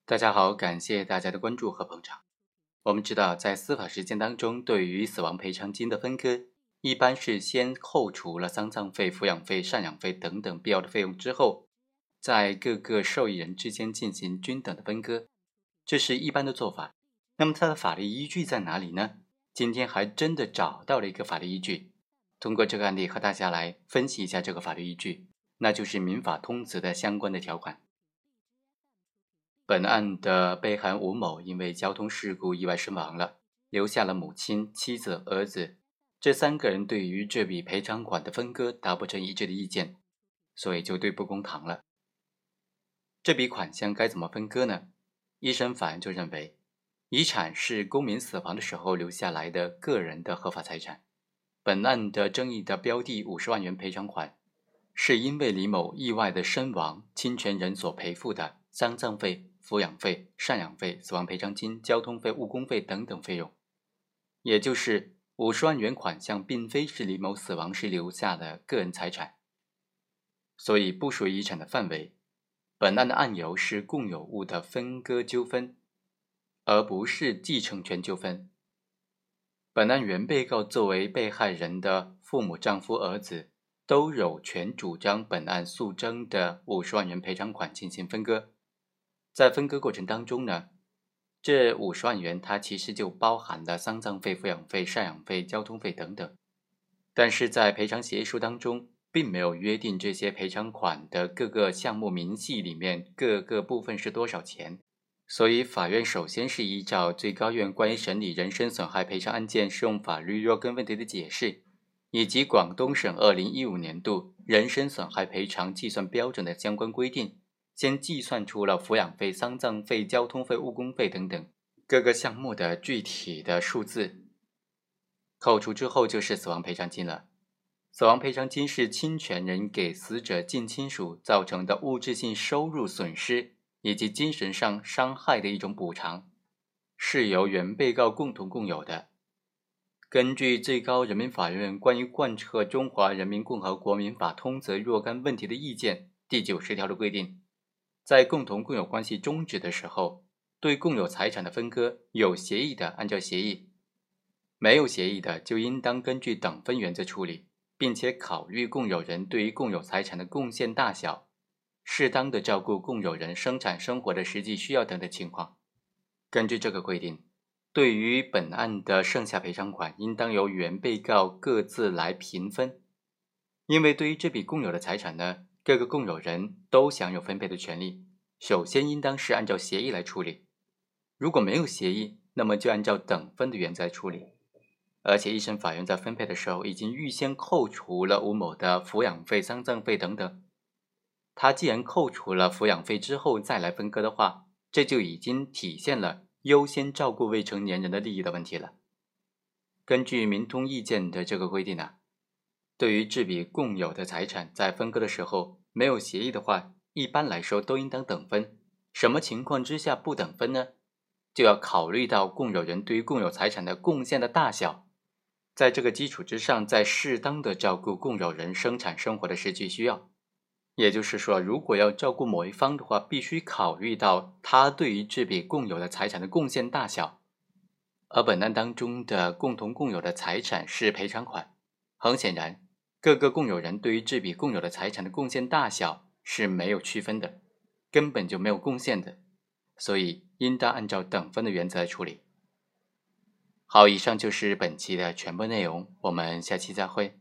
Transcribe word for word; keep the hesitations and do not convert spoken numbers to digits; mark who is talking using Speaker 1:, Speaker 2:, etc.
Speaker 1: 大家好，感谢大家的关注和捧场。我们知道，在司法实践当中，对于死亡赔偿金的分割，一般是先扣除了丧葬费、抚养费、赡养费等等必要的费用之后，在各个受益人之间进行均等的分割，这是一般的做法。那么它的法律依据在哪里呢？今天还真的找到了一个法律依据，通过这个案例和大家来分析一下这个法律依据，那就是民法通则的相关的条款。本案的被害人吴某因为交通事故意外身亡了，留下了母亲、妻子、儿子，这三个人对于这笔赔偿款的分割达不成一致的意见，所以就对簿公堂了。这笔款项该怎么分割呢？一审法院就认为，遗产是公民死亡的时候留下来的个人的合法财产，本案的争议的标的五十万元赔偿款，是因为李某意外的身亡，侵权人所赔付的丧葬费、抚养费、赡养费、死亡赔偿金、交通费、误工费等等费用，也就是五十万元款项并非是李某死亡时留下的个人财产，所以不属于遗产的范围。本案的案由是共有物的分割纠纷，而不是继承权纠纷。本案原被告作为被害人的父母、丈夫、儿子，都有权主张本案诉争的五十万元赔偿款进行分割。在分割过程当中呢，这五十万元它其实就包含了丧葬费、抚养费、赡养费、交通费等等，但是在赔偿协议书当中并没有约定这些赔偿款的各个项目明细里面各个部分是多少钱，所以法院首先是依照最高院关于审理人身损害赔偿案件适用法律若干问题的解释，以及广东省二零一五年度人身损害赔偿计算标准的相关规定，先计算出了抚养费、丧葬费、交通费、误工费等等各个项目的具体的数字，扣除之后就是死亡赔偿金了。死亡赔偿金是侵权人给死者近亲属造成的物质性收入损失以及精神上伤害的一种补偿，是由原被告共同共有的。根据最高人民法院关于贯彻中华人民共和国民法通则若干问题的意见第九十条的规定，在共同共有关系终止的时候，对共有财产的分割，有协议的按照协议，没有协议的就应当根据等分原则处理，并且考虑共有人对于共有财产的贡献大小，适当的照顾共有人生产生活的实际需要等等情况。根据这个规定，对于本案的剩下赔偿款应当由原被告各自来平分，因为对于这笔共有的财产呢，各个共有人都享有分配的权利，首先应当是按照协议来处理，如果没有协议，那么就按照等分的原则来处理。而且一审法院在分配的时候已经预先扣除了吴某的抚养费、丧葬费等等，他既然扣除了抚养费之后再来分割的话，这就已经体现了优先照顾未成年人的利益的问题了。根据民通意见的这个规定啊，对于这笔共有的财产在分割的时候没有协议的话，一般来说都应当等分。什么情况之下不等分呢？就要考虑到共有人对于共有财产的贡献的大小，在这个基础之上再适当的照顾共有人生产生活的实际需要。也就是说，如果要照顾某一方的话，必须考虑到他对于这笔共有的财产的贡献大小。而本案当中的共同共有的财产是赔偿款，很显然各个共有人对于这笔共有的财产的贡献大小是没有区分的，根本就没有贡献的，所以应当按照等分的原则来处理。好，以上就是本期的全部内容，我们下期再会。